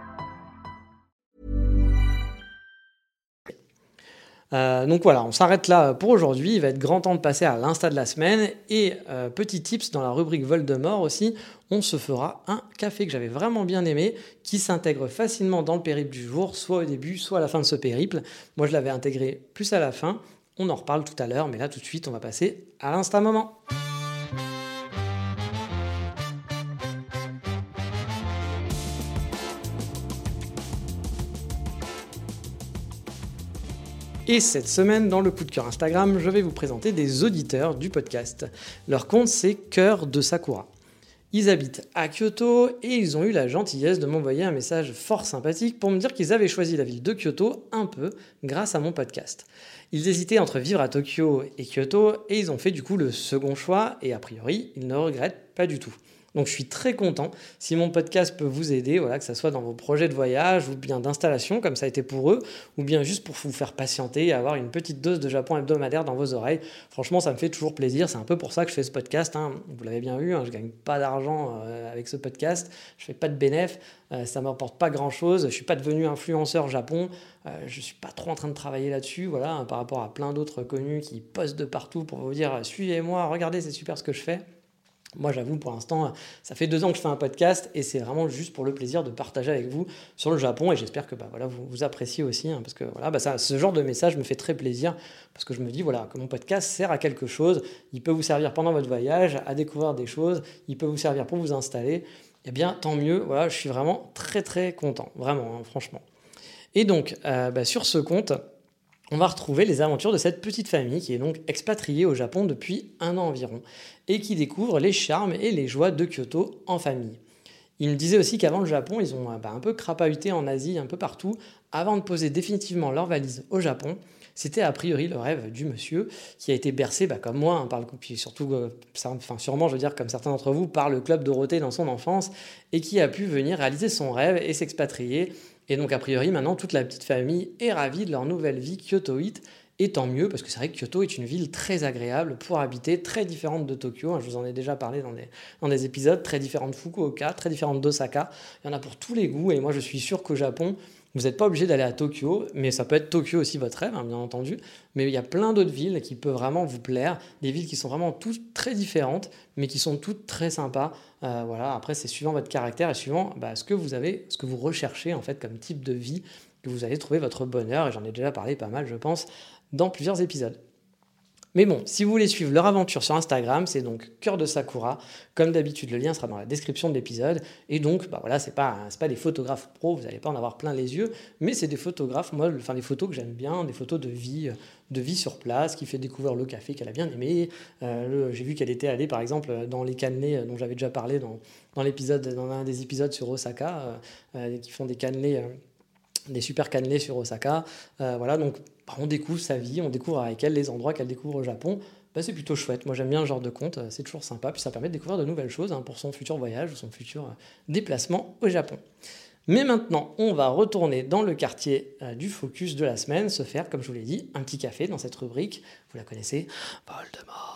Euh, donc voilà, on s'arrête là pour aujourd'hui. Il va être grand temps de passer à l'insta de la semaine. Et euh, petit tips dans la rubrique Voldemort aussi, on se fera un café que j'avais vraiment bien aimé, qui s'intègre facilement dans le périple du jour, soit au début, soit à la fin de ce périple. Moi, je l'avais intégré plus à la fin. On en reparle tout à l'heure, mais là tout de suite, on va passer à l'insta moment. Et cette semaine, dans le coup de cœur Instagram, je vais vous présenter des auditeurs du podcast. Leur compte, c'est Cœur de Sakura. Ils habitent à Kyoto et ils ont eu la gentillesse de m'envoyer un message fort sympathique pour me dire qu'ils avaient choisi la ville de Kyoto un peu grâce à mon podcast. Ils hésitaient entre vivre à Tokyo et Kyoto et ils ont fait du coup le second choix et a priori, ils ne regrettent pas du tout. Donc je suis très content si mon podcast peut vous aider, voilà, que ce soit dans vos projets de voyage ou bien d'installation comme ça a été pour eux, ou bien juste pour vous faire patienter et avoir une petite dose de Japon hebdomadaire dans vos oreilles. Franchement, ça me fait toujours plaisir, c'est un peu pour ça que je fais ce podcast, hein. Vous l'avez bien vu, hein, je ne gagne pas d'argent euh, avec ce podcast, je ne fais pas de bénéfice, euh, ça ne m'apporte pas grand-chose, je ne suis pas devenu influenceur Japon, euh, je ne suis pas trop en train de travailler là-dessus, voilà, hein, par rapport à plein d'autres connus qui postent de partout pour vous dire « suivez-moi, regardez, c'est super ce que je fais ». Moi, j'avoue, pour l'instant, ça fait deux ans que je fais un podcast et c'est vraiment juste pour le plaisir de partager avec vous sur le Japon et j'espère que bah, voilà, vous, vous appréciez aussi hein, parce que voilà, bah, ça, ce genre de message me fait très plaisir parce que je me dis voilà, que mon podcast sert à quelque chose, il peut vous servir pendant votre voyage, à découvrir des choses, il peut vous servir pour vous installer, eh bien tant mieux, voilà, je suis vraiment très très content, vraiment, hein, franchement. Et donc, euh, bah, sur ce compte, on va retrouver les aventures de cette petite famille qui est donc expatriée au Japon depuis un an environ et qui découvre les charmes et les joies de Kyoto en famille. Il me disait aussi qu'avant le Japon, ils ont bah, un peu crapahuté en Asie, un peu partout, avant de poser définitivement leur valise au Japon. C'était a priori le rêve du monsieur qui a été bercé, bah, comme moi, hein, par le, puis surtout, euh, enfin, sûrement, je veux dire, comme certains d'entre vous, par le Club Dorothée dans son enfance et qui a pu venir réaliser son rêve et s'expatrier. Et donc, a priori, maintenant, toute la petite famille est ravie de leur nouvelle vie kyotoïte. Et tant mieux, parce que c'est vrai que Kyoto est une ville très agréable pour habiter, très différente de Tokyo. Je vous en ai déjà parlé dans des, dans des épisodes, très différente de Fukuoka, très différente d'Osaka. Il y en a pour tous les goûts. Et moi, je suis sûr qu'au Japon, vous n'êtes pas obligé d'aller à Tokyo, mais ça peut être Tokyo aussi votre rêve, hein, bien entendu. Mais il y a plein d'autres villes qui peuvent vraiment vous plaire, des villes qui sont vraiment toutes très différentes, mais qui sont toutes très sympas. Euh, voilà. Après, c'est suivant votre caractère et suivant bah, ce que vous avez, ce que vous recherchez en fait comme type de vie, que vous allez trouver votre bonheur. Et j'en ai déjà parlé pas mal, je pense, dans plusieurs épisodes. Mais bon, si vous voulez suivre leur aventure sur Instagram, c'est donc Cœur de Sakura. Comme d'habitude, le lien sera dans la description de l'épisode. Et donc, bah voilà, c'est pas, c'est pas des photographes pros, vous n'allez pas en avoir plein les yeux, mais c'est des photographes, moi, enfin des photos que j'aime bien, des photos de vie, de vie sur place, qui fait découvrir le café qu'elle a bien aimé. Euh, le, j'ai vu qu'elle était allée, par exemple, dans les cannelés dont j'avais déjà parlé dans, dans l'épisode, dans un des épisodes sur Osaka, euh, euh, qui font des cannelés. Euh, des super cannelés sur Osaka, euh, voilà, donc bah, on découvre sa vie, on découvre avec elle les endroits qu'elle découvre au Japon, bah, c'est plutôt chouette, moi j'aime bien ce genre de compte, c'est toujours sympa, puis ça permet de découvrir de nouvelles choses hein, pour son futur voyage ou son futur euh, déplacement au Japon. Mais maintenant, on va retourner dans le quartier euh, du focus de la semaine, se faire, comme je vous l'ai dit, un petit café dans cette rubrique, vous la connaissez, Voldemort.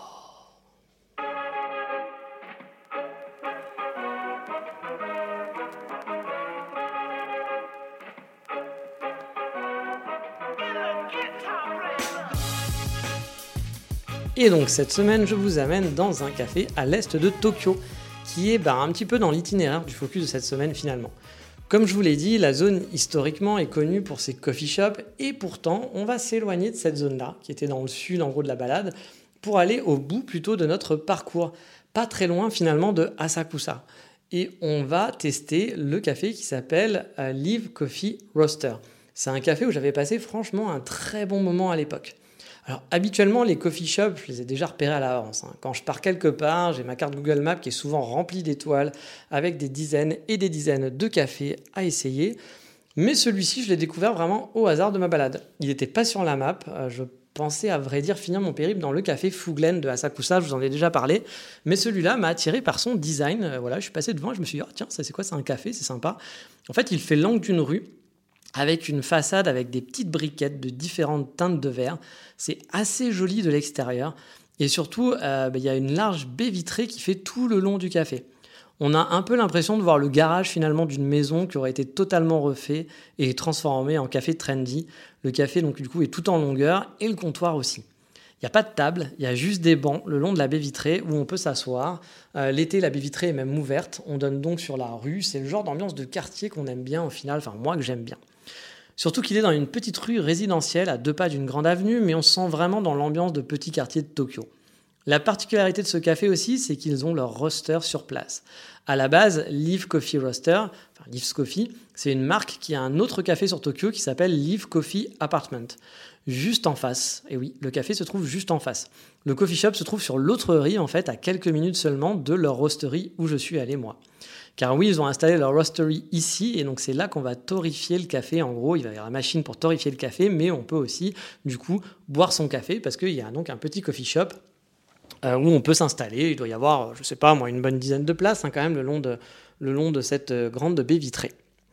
Et donc cette semaine, je vous amène dans un café à l'est de Tokyo, qui est bah, un petit peu dans l'itinéraire du focus de cette semaine finalement. Comme je vous l'ai dit, la zone historiquement est connue pour ses coffee shops, et pourtant on va s'éloigner de cette zone-là, qui était dans le sud en gros de la balade, pour aller au bout plutôt de notre parcours, pas très loin finalement de Asakusa. Et on va tester le café qui s'appelle euh, Live Coffee Roaster. C'est un café où j'avais passé franchement un très bon moment à l'époque. Alors habituellement les coffee shops, je les ai déjà repérés à l'avance. Hein. Quand je pars quelque part, j'ai ma carte Google Maps qui est souvent remplie d'étoiles avec des dizaines et des dizaines de cafés à essayer. Mais celui-ci, je l'ai découvert vraiment au hasard de ma balade. Il n'était pas sur la map, euh, je pensais à vrai dire finir mon périple dans le café Fouglen de Asakusa, je vous en ai déjà parlé, mais celui-là m'a attiré par son design. Euh, voilà, je suis passé devant et je me suis dit, oh, tiens, ça c'est quoi, c'est un café, c'est sympa. En fait, il fait l'angle d'une rue, avec une façade avec des petites briquettes de différentes teintes de verre. C'est assez joli de l'extérieur. Et surtout, euh, bah, y a une large baie vitrée qui fait tout le long du café. On a un peu l'impression de voir le garage finalement d'une maison qui aurait été totalement refait et transformé en café trendy. Le café donc du coup est tout en longueur et le comptoir aussi. Il n'y a pas de table, il y a juste des bancs le long de la baie vitrée où on peut s'asseoir. Euh, l'été, la baie vitrée est même ouverte. On donne donc sur la rue. C'est le genre d'ambiance de quartier qu'on aime bien au final, enfin moi que j'aime bien. Surtout qu'il est dans une petite rue résidentielle à deux pas d'une grande avenue, mais on se sent vraiment dans l'ambiance de petit quartier de Tokyo. La particularité de ce café aussi, c'est qu'ils ont leur roaster sur place. À la base, Live Coffee Roaster, enfin Live's Coffee, c'est une marque qui a un autre café sur Tokyo qui s'appelle Live Coffee Apartment. Juste en face. Et oui, le café se trouve juste en face. Le coffee shop se trouve sur l'autre rive, en fait, à quelques minutes seulement de leur roastery où je suis allé moi. Car oui, ils ont installé leur roastery ici, et donc c'est là qu'on va torréfier le café. En gros, il va y avoir la machine pour torréfier le café, mais on peut aussi, du coup, boire son café, parce qu'il y a donc un petit coffee shop euh, où on peut s'installer. Il doit y avoir, je sais pas moi, une bonne dizaine de places, hein, quand même, le long de, le long de cette grande baie vitrée.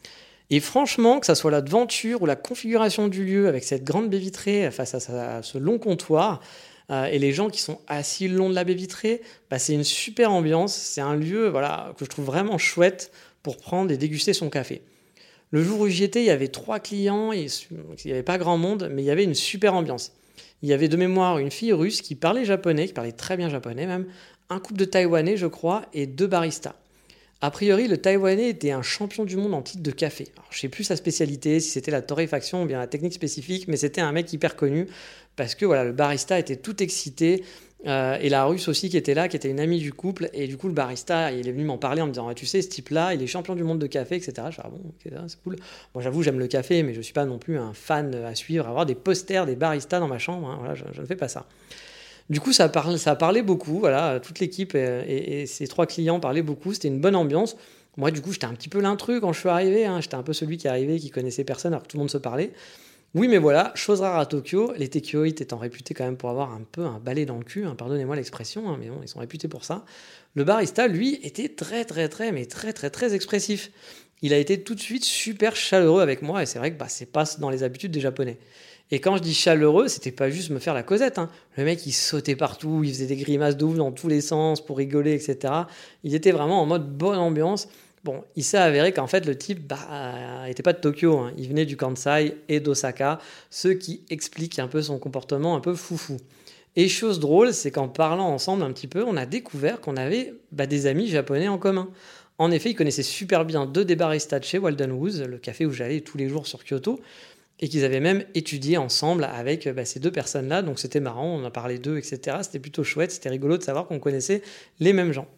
Et franchement, que ça soit la devanture ou la configuration du lieu avec cette grande baie vitrée face à, sa, à ce long comptoir euh, et les gens qui sont assis le long de la baie vitrée, bah, c'est une super ambiance. C'est un lieu voilà, que je trouve vraiment chouette pour prendre et déguster son café. Le jour où j'y étais, il y avait trois clients, et il n'y avait pas grand monde, mais il y avait une super ambiance. Il y avait de mémoire une fille russe qui parlait japonais, qui parlait très bien japonais même, un couple de Taïwanais, je crois, et deux baristas. A priori, le Taïwanais était un champion du monde en titre de café. Alors, je ne sais plus sa spécialité, si c'était la torréfaction ou bien la technique spécifique, mais c'était un mec hyper connu parce que voilà, le barista était tout excité euh, et la Russe aussi qui était là, qui était une amie du couple. Et du coup, le barista, il est venu m'en parler en me disant ah, « Tu sais, ce type-là, il est champion du monde de café, et cetera » Je suis « Ah bon, okay, c'est cool. » Bon, j'avoue, j'aime le café, mais je ne suis pas non plus un fan à suivre, avoir des posters des baristas dans ma chambre. Hein, voilà, je, je ne fais pas ça. Du coup, ça, parle, ça parlait beaucoup, voilà, toute l'équipe et, et, et ces trois clients parlaient beaucoup, c'était une bonne ambiance. Moi, du coup, j'étais un petit peu l'intrus quand je suis arrivé, hein, j'étais un peu celui qui est arrivé, qui connaissait personne alors que tout le monde se parlait. Oui, mais voilà, chose rare à Tokyo, les teikyoïtes étant réputés quand même pour avoir un peu un balai dans le cul, hein, pardonnez-moi l'expression, hein, mais bon, ils sont réputés pour ça. Le barista, lui, était très, très, très, mais très, très, très expressif. Il a été tout de suite super chaleureux avec moi et c'est vrai que bah, c'est pas dans les habitudes des Japonais. Et quand je dis chaleureux, c'était pas juste me faire la causette. Hein. Le mec, il sautait partout, il faisait des grimaces de ouf dans tous les sens pour rigoler, et cetera. Il était vraiment en mode bonne ambiance. Bon, il s'est avéré qu'en fait, le type bah, était pas de Tokyo. Hein. Il venait du Kansai et d'Osaka, ce qui explique un peu son comportement un peu foufou. Et chose drôle, c'est qu'en parlant ensemble un petit peu, on a découvert qu'on avait bah, des amis japonais en commun. En effet, ils connaissaient super bien deux des baristas de chez Walden Woods, le café où j'allais tous les jours sur Kyoto, et qu'ils avaient même étudié ensemble avec bah, ces deux personnes-là, donc c'était marrant, on a parlé d'eux, et cetera. C'était plutôt chouette, c'était rigolo de savoir qu'on connaissait les mêmes gens.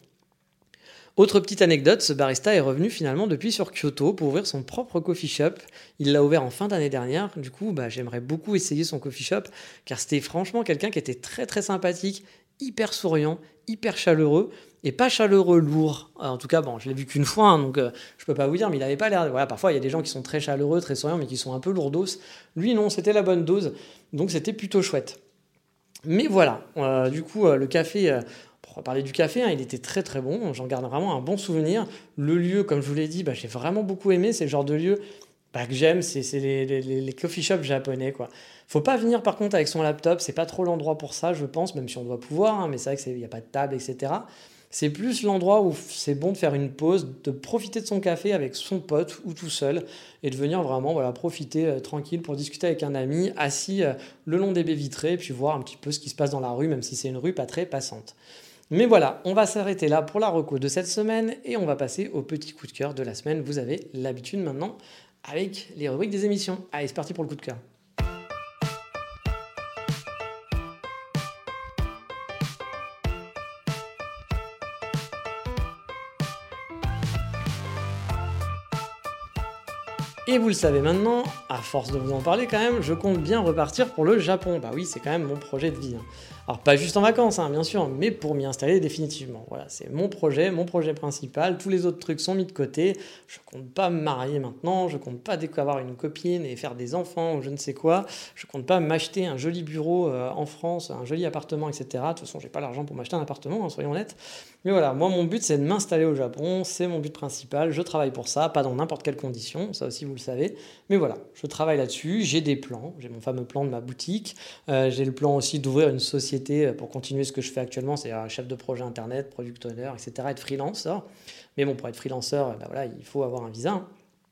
Autre petite anecdote, ce barista est revenu finalement depuis sur Kyoto pour ouvrir son propre coffee shop. Il l'a ouvert en fin d'année dernière, du coup bah, j'aimerais beaucoup essayer son coffee shop, car c'était franchement quelqu'un qui était très très sympathique, hyper souriant, hyper chaleureux, et pas chaleureux lourd. En tout cas, bon, je l'ai vu qu'une fois, hein, donc euh, je peux pas vous dire, mais il avait pas l'air... Voilà, parfois, il y a des gens qui sont très chaleureux, très souriants, mais qui sont un peu lourdos. Lui, non, c'était la bonne dose, donc c'était plutôt chouette. Mais voilà, euh, du coup, euh, le café... Euh, pour parler du café, hein, il était très très bon, j'en garde vraiment un bon souvenir. Le lieu, comme je vous l'ai dit, bah, j'ai vraiment beaucoup aimé, c'est le genre de lieu bah, que j'aime, c'est, c'est les, les, les coffee shops japonais, quoi. Faut pas venir par contre avec son laptop, c'est pas trop l'endroit pour ça, je pense, même si on doit pouvoir, hein, mais c'est vrai qu'il n'y a pas de table, et cetera. C'est plus l'endroit où c'est bon de faire une pause, de profiter de son café avec son pote ou tout seul, et de venir vraiment voilà, profiter euh, tranquille pour discuter avec un ami, assis euh, le long des baies vitrées, et puis voir un petit peu ce qui se passe dans la rue, même si c'est une rue pas très passante. Mais voilà, on va s'arrêter là pour la reco de cette semaine, et on va passer au petit coup de cœur de la semaine. Vous avez l'habitude maintenant avec les rubriques des émissions. Allez, c'est parti pour le coup de cœur. Et vous le savez maintenant, à force de vous en parler quand même, je compte bien repartir pour le Japon. Bah oui, c'est quand même mon projet de vie. Hein. Alors pas juste en vacances, hein, bien sûr, mais pour m'y installer définitivement. Voilà, c'est mon projet, mon projet principal. Tous les autres trucs sont mis de côté. Je compte pas me marier maintenant, je compte pas avoir une copine et faire des enfants ou je ne sais quoi. Je compte pas m'acheter un joli bureau euh, en France, un joli appartement, et cetera. De toute façon, j'ai pas l'argent pour m'acheter un appartement, hein, soyons honnêtes. Mais voilà, moi mon but c'est de m'installer au Japon, c'est mon but principal. Je travaille pour ça, pas dans n'importe quelle condition, ça aussi vous le savez. Mais voilà, je travaille là-dessus, j'ai des plans, j'ai mon fameux plan de ma boutique, euh, j'ai le plan aussi d'ouvrir une société pour continuer ce que je fais actuellement, c'est-à-dire chef de projet internet, product owner, et cetera, être freelancer. Mais bon, pour être freelancer, ben voilà, il faut avoir un visa. Hein.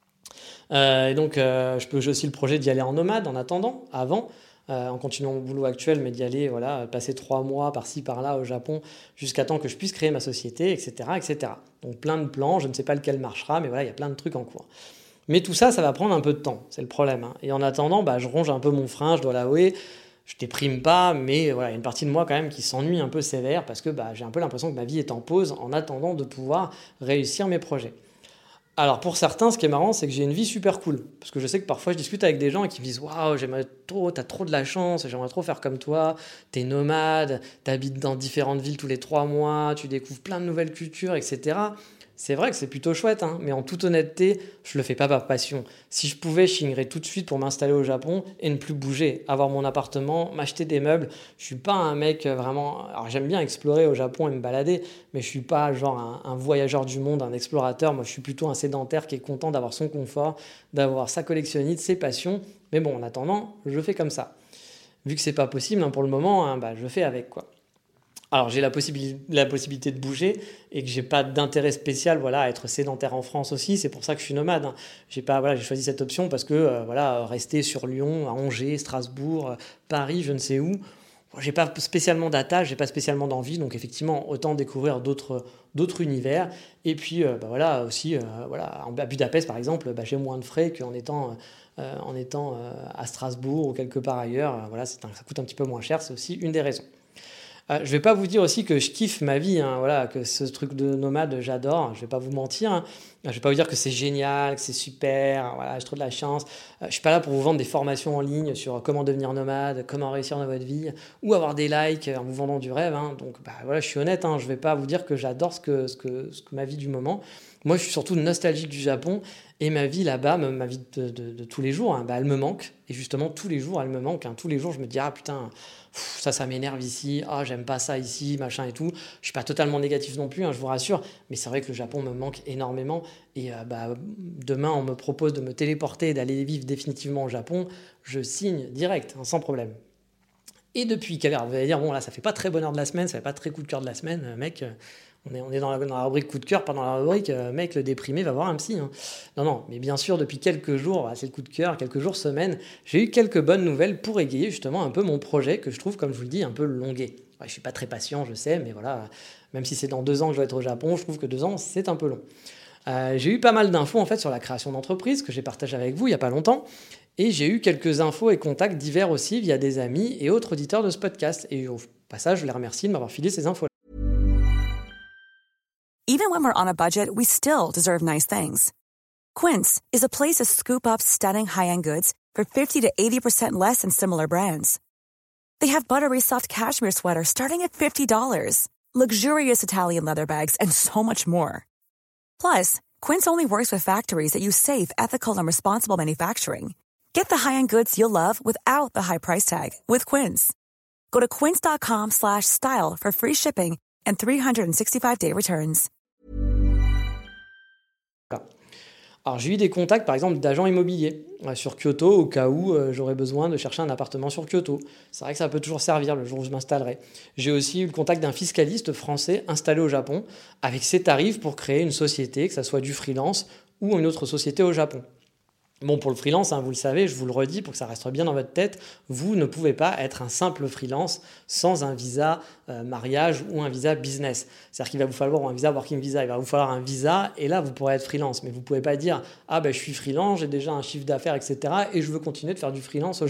Euh, et donc, euh, je peux, j'ai aussi le projet d'y aller en nomade en attendant, avant, euh, en continuant mon boulot actuel, mais d'y aller, voilà, passer trois mois par-ci, par-là au Japon, jusqu'à temps que je puisse créer ma société, et cetera, et cetera. Donc, plein de plans, je ne sais pas lequel marchera, mais voilà, il y a plein de trucs en cours. Mais tout ça, ça va prendre un peu de temps, c'est le problème. Hein. Et en attendant, bah, je ronge un peu mon frein, je dois l'avouer. Je déprime pas, mais voilà, il y a une partie de moi quand même qui s'ennuie un peu sévère parce que bah, j'ai un peu l'impression que ma vie est en pause en attendant de pouvoir réussir mes projets. Alors pour certains, ce qui est marrant, c'est que j'ai une vie super cool. Parce que je sais que parfois je discute avec des gens qui me disent « Waouh, j'aimerais trop, t'as trop de la chance, j'aimerais trop faire comme toi, t'es nomade, t'habites dans différentes villes tous les trois mois, tu découvres plein de nouvelles cultures, et cetera » C'est vrai que c'est plutôt chouette, hein, mais en toute honnêteté, je le fais pas par passion. Si je pouvais, je signerais tout de suite pour m'installer au Japon et ne plus bouger, avoir mon appartement, m'acheter des meubles. Je suis pas un mec vraiment... Alors j'aime bien explorer au Japon et me balader, mais je suis pas genre un, un voyageur du monde, un explorateur. Moi, je suis plutôt un sédentaire qui est content d'avoir son confort, d'avoir sa collectionnite, ses passions. Mais bon, en attendant, je fais comme ça. Vu que c'est pas possible hein, pour le moment, hein, bah, je fais avec quoi. Alors j'ai la possibilité, la possibilité de bouger et que j'ai pas d'intérêt spécial voilà, à être sédentaire en France aussi, c'est pour ça que je suis nomade. Hein. J'ai, pas, voilà, j'ai choisi cette option parce que euh, voilà, rester sur Lyon, à Angers, Strasbourg, euh, Paris, je ne sais où, bon, j'ai pas spécialement d'attache, j'ai pas spécialement d'envie, donc effectivement autant découvrir d'autres, d'autres univers. Et puis euh, bah, voilà, aussi, euh, voilà, à Budapest par exemple, bah, j'ai moins de frais qu'en étant, euh, en étant euh, à Strasbourg ou quelque part ailleurs. Euh, voilà, c'est un, ça coûte un petit peu moins cher, c'est aussi une des raisons. Euh, je vais pas vous dire aussi que je kiffe ma vie, hein, voilà, que ce truc de nomade, j'adore. Je vais pas vous mentir. Hein. Je vais pas vous dire que c'est génial, que c'est super. Voilà, j'ai trop de la chance. Euh, je suis pas là pour vous vendre des formations en ligne sur comment devenir nomade, comment réussir dans votre vie, ou avoir des likes en vous vendant du rêve. Hein. Donc, bah voilà, je suis honnête. Hein, je vais pas vous dire que j'adore ce que, ce que, ce que ma vie du moment. Moi, je suis surtout nostalgique du Japon et ma vie là-bas, ma vie de, de, de tous les jours, hein, bah, elle me manque. Et justement, tous les jours, elle me manque. Hein. Tous les jours, je me dis ah putain. Ça, ça m'énerve ici, ah, j'aime pas ça ici, machin et tout. Je suis pas totalement négatif non plus, hein, je vous rassure, mais c'est vrai que le Japon me manque énormément. Et euh, bah, demain, on me propose de me téléporter et d'aller vivre définitivement au Japon, je signe direct, hein, sans problème. Et depuis, vous allez dire, bon là, ça fait pas très bonheur de la semaine, ça fait pas très coup de cœur de la semaine, euh, mec. Euh, On est, on est dans, la, dans la rubrique coup de cœur, pas dans la rubrique euh, mec, le déprimé va voir un psy. Hein. Non, non, mais bien sûr, depuis quelques jours, bah, c'est le coup de cœur, quelques jours, semaines, j'ai eu quelques bonnes nouvelles pour égayer justement un peu mon projet que je trouve, comme je vous le dis, un peu longué. Ouais, je ne suis pas très patient, je sais, mais voilà, même si c'est dans deux ans que je vais être au Japon, je trouve que deux ans, c'est un peu long. Euh, j'ai eu pas mal d'infos en fait sur la création d'entreprise que j'ai partagé avec vous il n'y a pas longtemps. Et j'ai eu quelques infos et contacts divers aussi via des amis et autres auditeurs de ce podcast. Et au passage, je les remercie de m'avoir filé ces infos. Even when we're on a budget, we still deserve nice things. Quince is a place to scoop up stunning high-end goods for fifty to eighty percent less than similar brands. They have buttery soft cashmere sweaters starting at fifty dollars, luxurious Italian leather bags, and so much more. Plus, Quince only works with factories that use safe, ethical, and responsible manufacturing. Get the high-end goods you'll love without the high price tag with Quince. Go to quince.com slash style for free shipping and three sixty-five day returns. Alors j'ai eu des contacts par exemple d'agents immobiliers euh, sur Kyoto au cas où euh, j'aurais besoin de chercher un appartement sur Kyoto. C'est vrai que ça peut toujours servir le jour où je m'installerai. J'ai aussi eu le contact d'un fiscaliste français installé au Japon avec ses tarifs pour créer une société, que ça soit du freelance ou une autre société au Japon. Bon, pour le freelance, hein, vous le savez, je vous le redis pour que ça reste bien dans votre tête, vous ne pouvez pas être un simple freelance sans un visa euh, mariage ou un visa business. C'est-à-dire qu'il va vous falloir un visa working visa, il va vous falloir un visa et là, vous pourrez être freelance. Mais vous ne pouvez pas dire « Ah ben, je suis freelance, j'ai déjà un chiffre d'affaires, et cetera et je veux continuer de faire du freelance au Japon ».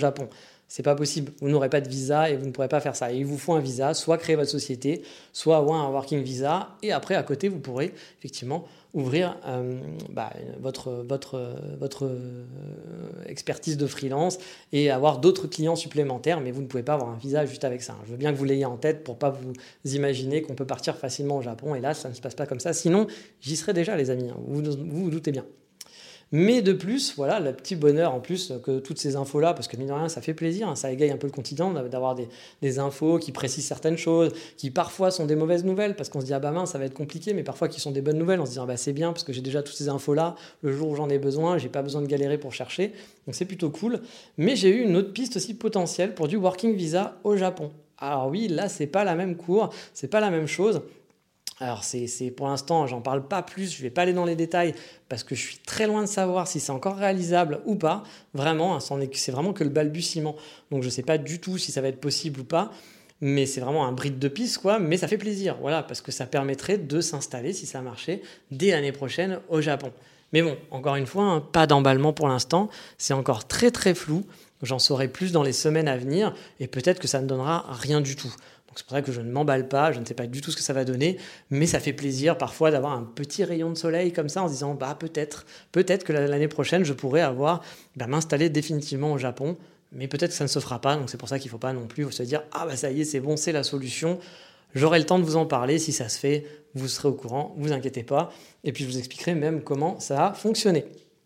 C'est pas possible. Vous n'aurez pas de visa et vous ne pourrez pas faire ça. Et il vous faut un visa, soit créer votre société, soit avoir un working visa. Et après, à côté, vous pourrez effectivement ouvrir euh, bah, votre, votre, votre euh, expertise de freelance et avoir d'autres clients supplémentaires. Mais vous ne pouvez pas avoir un visa juste avec ça. Je veux bien que vous l'ayez en tête pour pas vous imaginer qu'on peut partir facilement au Japon. Et là, ça ne se passe pas comme ça. Sinon, j'y serais déjà, les amis. Vous vous, vous doutez bien. Mais de plus, voilà, le petit bonheur en plus que toutes ces infos-là, parce que mine de rien, ça fait plaisir, hein, ça égaye un peu le quotidien d'avoir des, des infos qui précisent certaines choses, qui parfois sont des mauvaises nouvelles, parce qu'on se dit, ah bah mince, ça va être compliqué, mais parfois qui sont des bonnes nouvelles, on se dit, ah bah c'est bien, parce que j'ai déjà toutes ces infos-là, le jour où j'en ai besoin, j'ai pas besoin de galérer pour chercher, donc c'est plutôt cool. Mais j'ai eu une autre piste aussi potentielle pour du working visa au Japon. Alors oui, là, c'est pas la même cour, c'est pas la même chose. Alors c'est, c'est pour l'instant, j'en parle pas plus, je vais pas aller dans les détails parce que je suis très loin de savoir si c'est encore réalisable ou pas. Vraiment, c'est vraiment que le balbutiement. Donc je sais pas du tout si ça va être possible ou pas, mais c'est vraiment un bride de piste, quoi. Mais ça fait plaisir, voilà, parce que ça permettrait de s'installer, si ça marchait, dès l'année prochaine au Japon. Mais bon, encore une fois, hein, pas d'emballement pour l'instant, c'est encore très très flou. J'en saurai plus dans les semaines à venir et peut-être que ça ne donnera rien du tout. C'est pour ça que je ne m'emballe pas, je ne sais pas du tout ce que ça va donner, mais ça fait plaisir parfois d'avoir un petit rayon de soleil comme ça en se disant bah peut-être, peut-être que l'année prochaine je pourrais avoir bah, m'installer définitivement au Japon, mais peut-être que ça ne se fera pas, donc c'est pour ça qu'il ne faut pas non plus se dire ah bah ça y est c'est bon, c'est la solution, j'aurai le temps de vous en parler, si ça se fait, vous serez au courant, vous inquiétez pas, et puis je vous expliquerai même comment ça a fonctionné.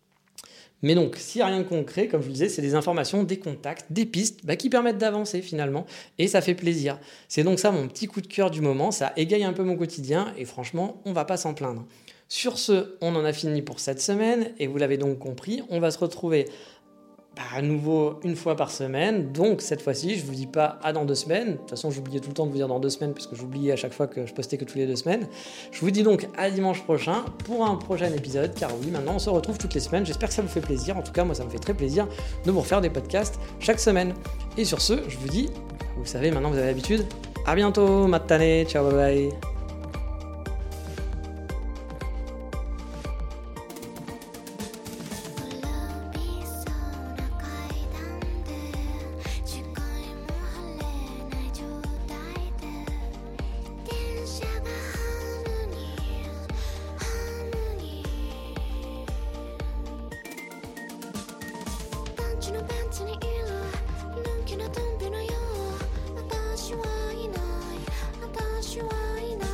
Mais donc, s'il n'y a rien de concret, comme je vous disais, c'est des informations, des contacts, des pistes bah, qui permettent d'avancer finalement. Et ça fait plaisir. C'est donc ça mon petit coup de cœur du moment. Ça égaye un peu mon quotidien et franchement, on ne va pas s'en plaindre. Sur ce, on en a fini pour cette semaine. Et vous l'avez donc compris, on va se retrouver bah, à nouveau une fois par semaine. Donc cette fois-ci, je ne vous dis pas à dans deux semaines. De toute façon, j'oubliais tout le temps de vous dire dans deux semaines parce que j'oubliais à chaque fois que je postais que tous les deux semaines. Je vous dis donc à dimanche prochain pour un prochain épisode. Car oui, maintenant on se retrouve toutes les semaines. J'espère que ça vous fait plaisir. En tout cas, moi ça me fait très plaisir de vous refaire des podcasts chaque semaine. Et sur ce, je vous dis, vous savez, maintenant vous avez l'habitude. À bientôt, matane, ciao, bye bye. You are